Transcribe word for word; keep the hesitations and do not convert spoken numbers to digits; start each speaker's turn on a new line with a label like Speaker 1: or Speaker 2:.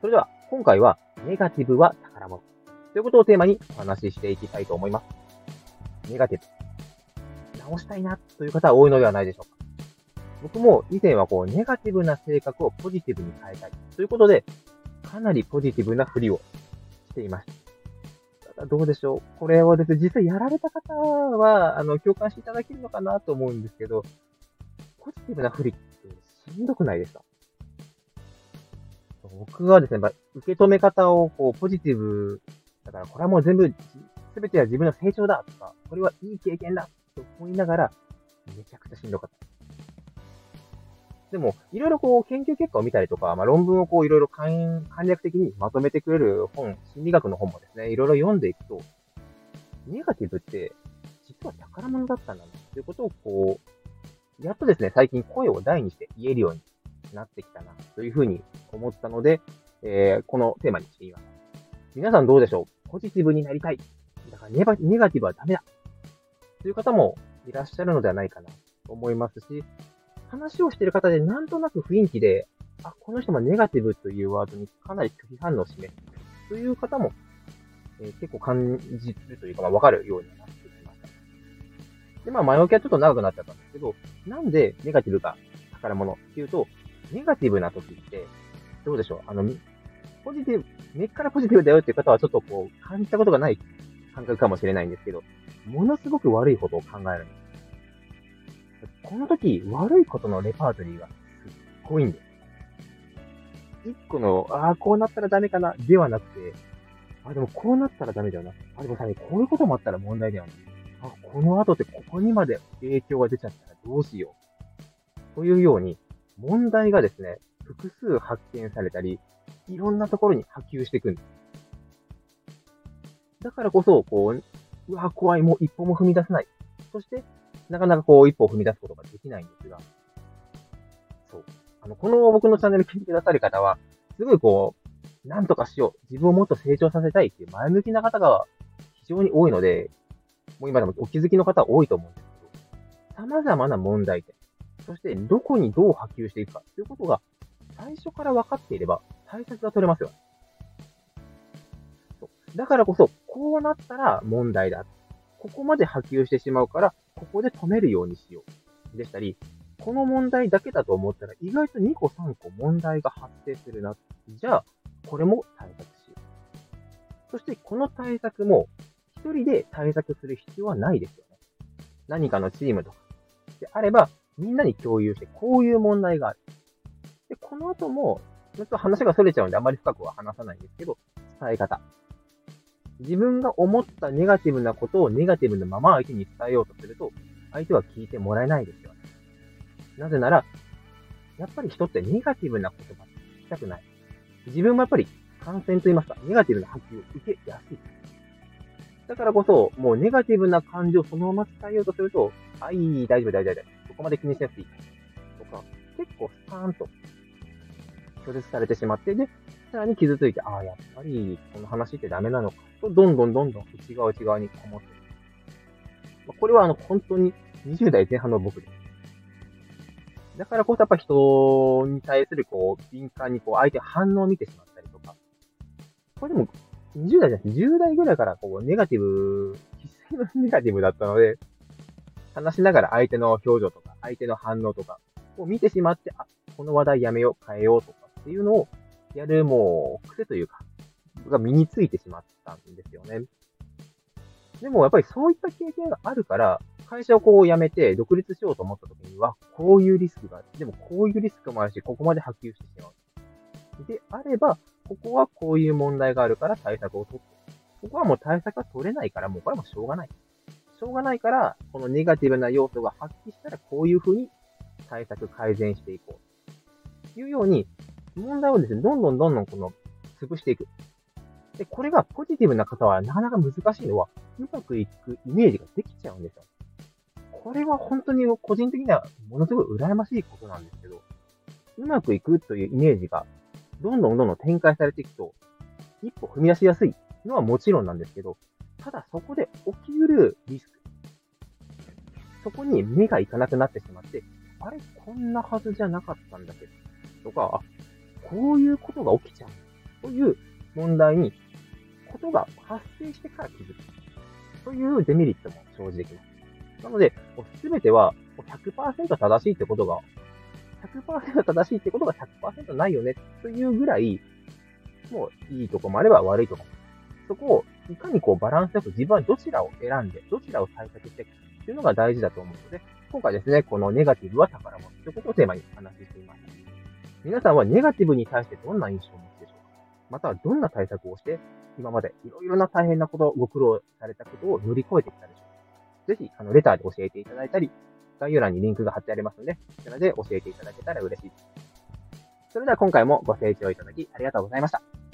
Speaker 1: それでは、今回は、ネガティブは宝物。ということをテーマにお話ししていきたいと思います。ネガティブ。直したいなという方は多いのではないでしょうか。僕も以前はこう、ネガティブな性格をポジティブに変えたい。ということで、かなりポジティブなふりをしていました。ただどうでしょう。これをですね、実際やられた方は、あの、共感していただけるのかなと思うんですけど、ポジティブなふりってしんどくないですか？僕はですね、まあ、受け止め方をこうポジティブだから、これはもう全部、すべては自分の成長だとか、これはいい経験だと思いながら、めちゃくちゃしんどかった。でも、いろいろこう研究結果を見たりとか、まあ、論文をこういろいろ簡略的にまとめてくれる本、心理学の本もですね、いろいろ読んでいくと、ネガティブって実は宝物だったんだなということをこう、やっとですね、最近声を大にして言えるようになってきたなというふうに思ったので、えー、このテーマにしています。皆さんどうでしょう？ポジティブになりたい。だからネバネガティブはダメだ。という方もいらっしゃるのではないかなと思いますし、話をしている方でなんとなく雰囲気で、あ、この人もネガティブというワードにかなり拒否反応を示すという方も、えー、結構感じるというか、まあ、わかるようになってきました。で、まあ、前置きはちょっと長くなっちゃったんですけど、なんでネガティブが宝物っていうと、ネガティブな時って、どうでしょう？あの、ポジティブ、根っからポジティブだよっていう方はちょっとこう、感じたことがない感覚かもしれないんですけど、ものすごく悪いことを考えるんです。この時、悪いことのレパートリーがすっごいんです。一個の、ああ、こうなったらダメかな、ではなくて、あ、でもこうなったらダメだよな。あ、でもさ、こういうこともあったら問題だよな。あ、この後ってここにまで影響が出ちゃったらどうしよう。というように、問題がですね、複数発見されたり、いろんなところに波及していくんです。だからこそ、こう、うわ、怖い、もう一歩も踏み出せない。そして、なかなかこう、一歩を踏み出すことができないんですが、そう。あの、この僕のチャンネル聞いてくださる方は、すごいこう、なんとかしよう。自分をもっと成長させたいっていう前向きな方が非常に多いので、もう今でもお気づきの方多いと思うんですけど、様々な問題点、そしてどこにどう波及していくかということが、最初から分かっていれば対策が取れますよ。だからこそ、こうなったら問題だ。ここまで波及してしまうから、ここで止めるようにしよう。でしたり、この問題だけだと思ったら、意外とにこさんこ問題が発生するな。じゃあ、これも対策しよう。そして、この対策も、一人で対策する必要はないですよね。何かのチームとかであれば、みんなに共有して、こういう問題がある。で、この後も、ちょっと話が逸れちゃうんであまり深くは話さないんですけど、伝え方。自分が思ったネガティブなことをネガティブなまま相手に伝えようとすると、相手は聞いてもらえないですよね。なぜなら、やっぱり人ってネガティブな言葉って聞きたくない。自分もやっぱり感染と言いますか、ネガティブな波及を受けやすい。だからこそ、もうネガティブな感情をそのまま伝えようとすると、あ、いい、大丈夫、大丈夫、大丈夫。そこまで気にしなくていい。とか、結構スパーンと拒絶されてしまって、で、さらに傷ついて、ああ、やっぱり、この話ってダメなのか、と、どんどんどんどん内側内側にこもっていく。これはあの、本当ににじゅう代前半の僕です。だからこそやっぱ人に対するこう、敏感にこう、相手の反応を見てしまったりとか。これでも、にじゅう代じゃなくてじゅう代ぐらいからこう、ネガティブ、必須のネガティブだったので、話しながら相手の表情とか、相手の反応とかを見てしまって、あ、この話題やめよう、変えようとかっていうのをやるもう癖というか、が身についてしまったんですよね。でもやっぱりそういった経験があるから、会社をこう辞めて独立しようと思った時には、こういうリスクがある。でもこういうリスクもあるし、ここまで波及してしまう。であれば、ここはこういう問題があるから対策を取って。ここはもう対策が取れないから、もうこれはもうしょうがない。しょうがないから、このネガティブな要素が発揮したら、こういうふうに対策改善していこう。というように、問題をですね、どんどんどんどんこの、潰していく。で、これがポジティブな方はなかなか難しいのは、うまくいくイメージができちゃうんですよ。これは本当に個人的にはものすごい羨ましいことなんですけど、うまくいくというイメージが、どんどんどんどん展開されていくと、一歩踏み出しやすいのはもちろんなんですけど、ただそこで起きうるリスク、そこに目がいかなくなってしまって、あれ、こんなはずじゃなかったんだけど、とか、あ、こういうことが起きちゃうという問題に、ことが発生してから気づく。というデメリットも生じてきます。なので、すべては ひゃくパーセント 正しいってことが、ひゃくパーセント 正しいってことが ひゃくパーセント ないよねというぐらい、もういいとこもあれば悪いとこも。そこをいかにこうバランスよく自分はどちらを選んで、どちらを対策していくというのが大事だと思うので、今回ですね、このネガティブは宝物ということをテーマにお話ししていました。皆さんはネガティブに対してどんな印象を持つでしょうか？またはどんな対策をして、今までいろいろな大変なこと、ご苦労されたことを乗り越えてきたでしょうか？ぜひ、あの、レターで教えていただいたり、概要欄にリンクが貼ってありますので、こちらで教えていただけたら嬉しいです。それでは今回もご清聴いただきありがとうございました。